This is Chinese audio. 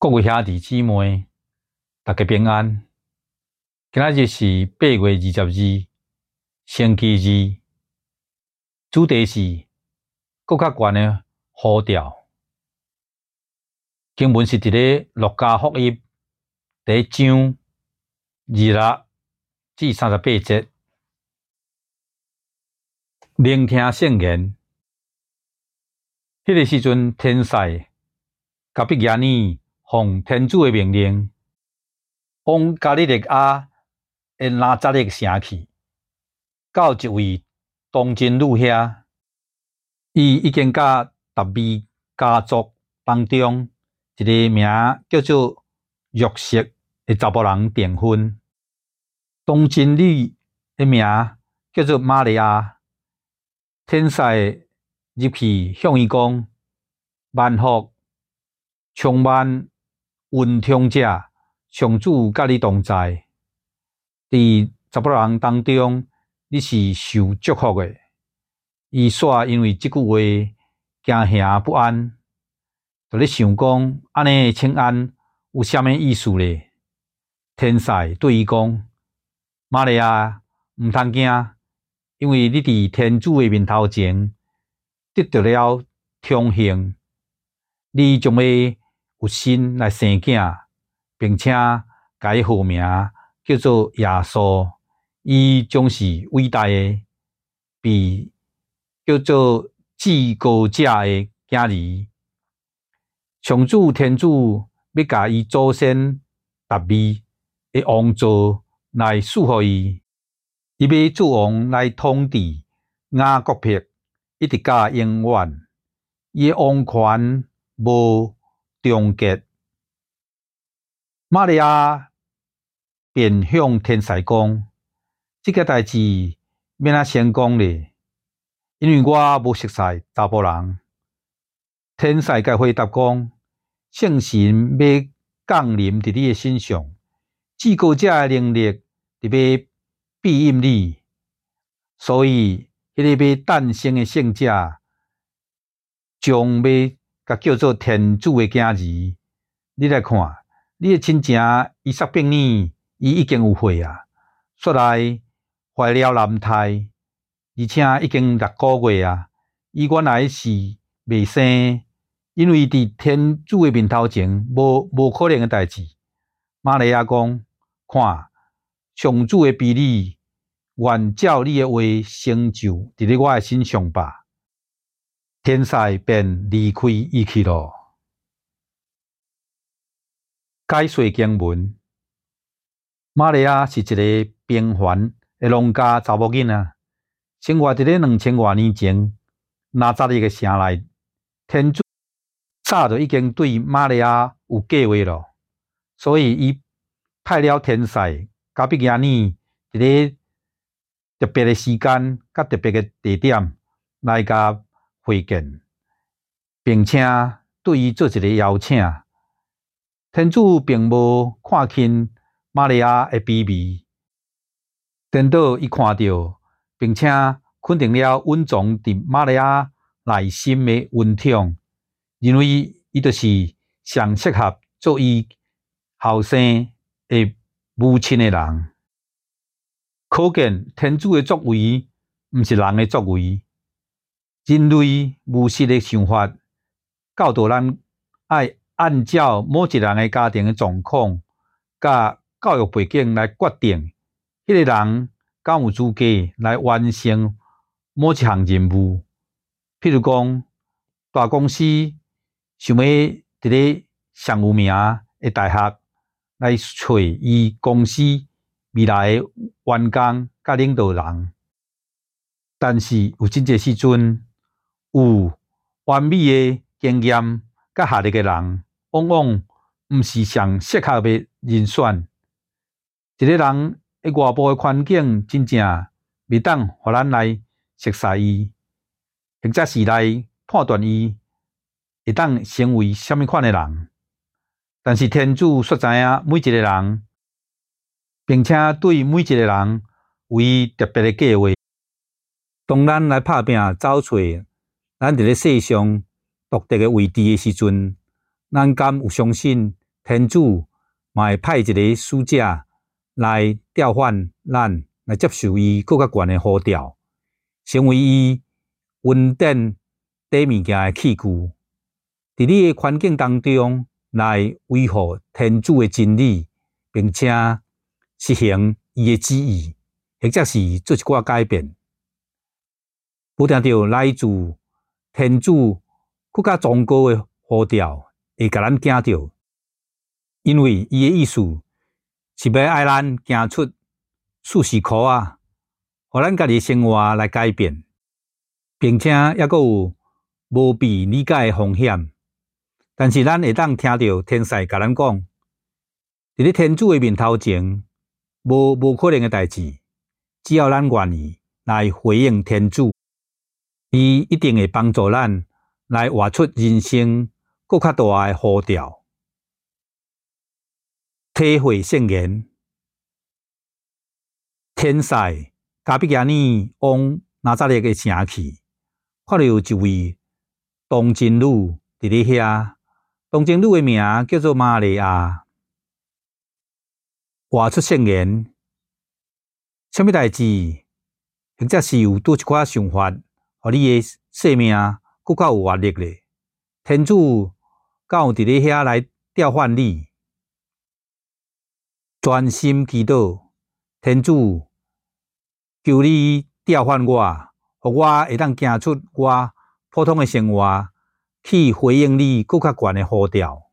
各位兄弟姊妹，大家平安。今仔日是8月22，星期二，主题是更较悬的呼召。经文是伫咧路加福音第1章26至38节。聆听圣言。迄个时阵，天使甲必耶尼奉天主的命令，往加利利亚的拿撒勒城去，到一位童贞女遐，伊已经甲达味家族当中一个名叫做约瑟的查甫人订婚。童贞女的名叫做玛利亚。天使入去向伊讲：万福，充满恩宠者，上主甲你同在。伫查甫人当中，你是受祝福的。伊煞因为即句话惊吓不安，就咧想讲安尼的请安有啥物意思咧？天使对伊讲：玛利亚，毋通惊，因为你伫天主的面头前得到了宠幸，你将要有心来生囝，并且甲伊号名叫做耶稣。伊将是伟大的，被叫做至高者的囝儿。上主天主要甲伊祖先达味的王座来赐予伊，伊要做王来统治雅各伯，一直到永远。伊的王权无终结。玛利亚便向天使讲：这个代志免啊先讲咧，因为我无熟悉查甫人。天使甲回答讲：圣神要降临伫你的身上，至高者的能力就要庇荫你，所以迄个要诞生的圣者将要甲叫做天主的囝儿。你来看，你的亲情伊撒伯尼，伊已经有岁啊，煞来怀了男胎，而且已经6个月啊。伊原来是未生，因为伫天主的面头前无可能的代志。玛利亚讲：看，上主的庇你，愿照你的话成就伫咧我的身上吧。天使便离开伊去咯。解说经文：玛利亚是一个平凡的农家查某囡仔，生活伫咧2000多年前拿撒勒的城内。天主早就已经对玛利亚有计划咯，所以伊派了天使加比耶尼伫咧特别的时间甲特别的地点来甲会见，并且对伊做一个邀请。天主并无看轻玛利亚的卑微，颠倒伊看到，并且肯定了稳藏伫玛利亚内心的恩宠，认为伊就是上适合做伊后生的母亲的人。可见天主的作为毋是人的作为。人类无实的想法教导咱爱按照某一人的家庭的状况甲教育背景来决定迄个人敢有资格来完成某一项任务。譬如讲，大公司想要伫咧上有名的大学来找伊公司未来的员工甲领导人，但是有真侪时阵，有完美的经验甲学历的人，往往毋是上适合的人选。一个人的外部的环境真正未当互咱来熟悉伊，或者是来判断伊会当成为什么款的人。但是天主却知影每一个人，并且对每一个人有伊特别的计划。当咱来打拼找找咱伫咧世上独特的位置的时阵，咱敢有相信天主嘛会派一个使者来调换咱，来接受伊更较悬的呼召，成为伊稳定底物件的器具。伫你的环境当中来维护天主的真理，并且实行伊的旨意，或者是做一寡改变。有听到来自天主更较崇高的呼召，会甲咱惊到，因为伊的意思是要爱咱行出舒适区啊，互咱家己的生活来改变，并且还佫有无被理解的风险。但是咱会当听到天使甲咱讲，伫咧天主的面头前，无可能的代志，只要咱愿意来回应天主，伊一定会帮助咱来活出人生更较大的呼召。体会圣言，天使加比亚尼往拿撒勒的城去，看到有一位童贞女伫咧遐。童贞女的名叫做玛利亚。活出圣言，什么代志，或者是有拄一寡想法，互你的生命更较有活力咧？天主敢有伫咧遐来调换你？专心祈祷，天主求你调换我，互我会当行出我普通的生活，去回应你更较悬的呼召。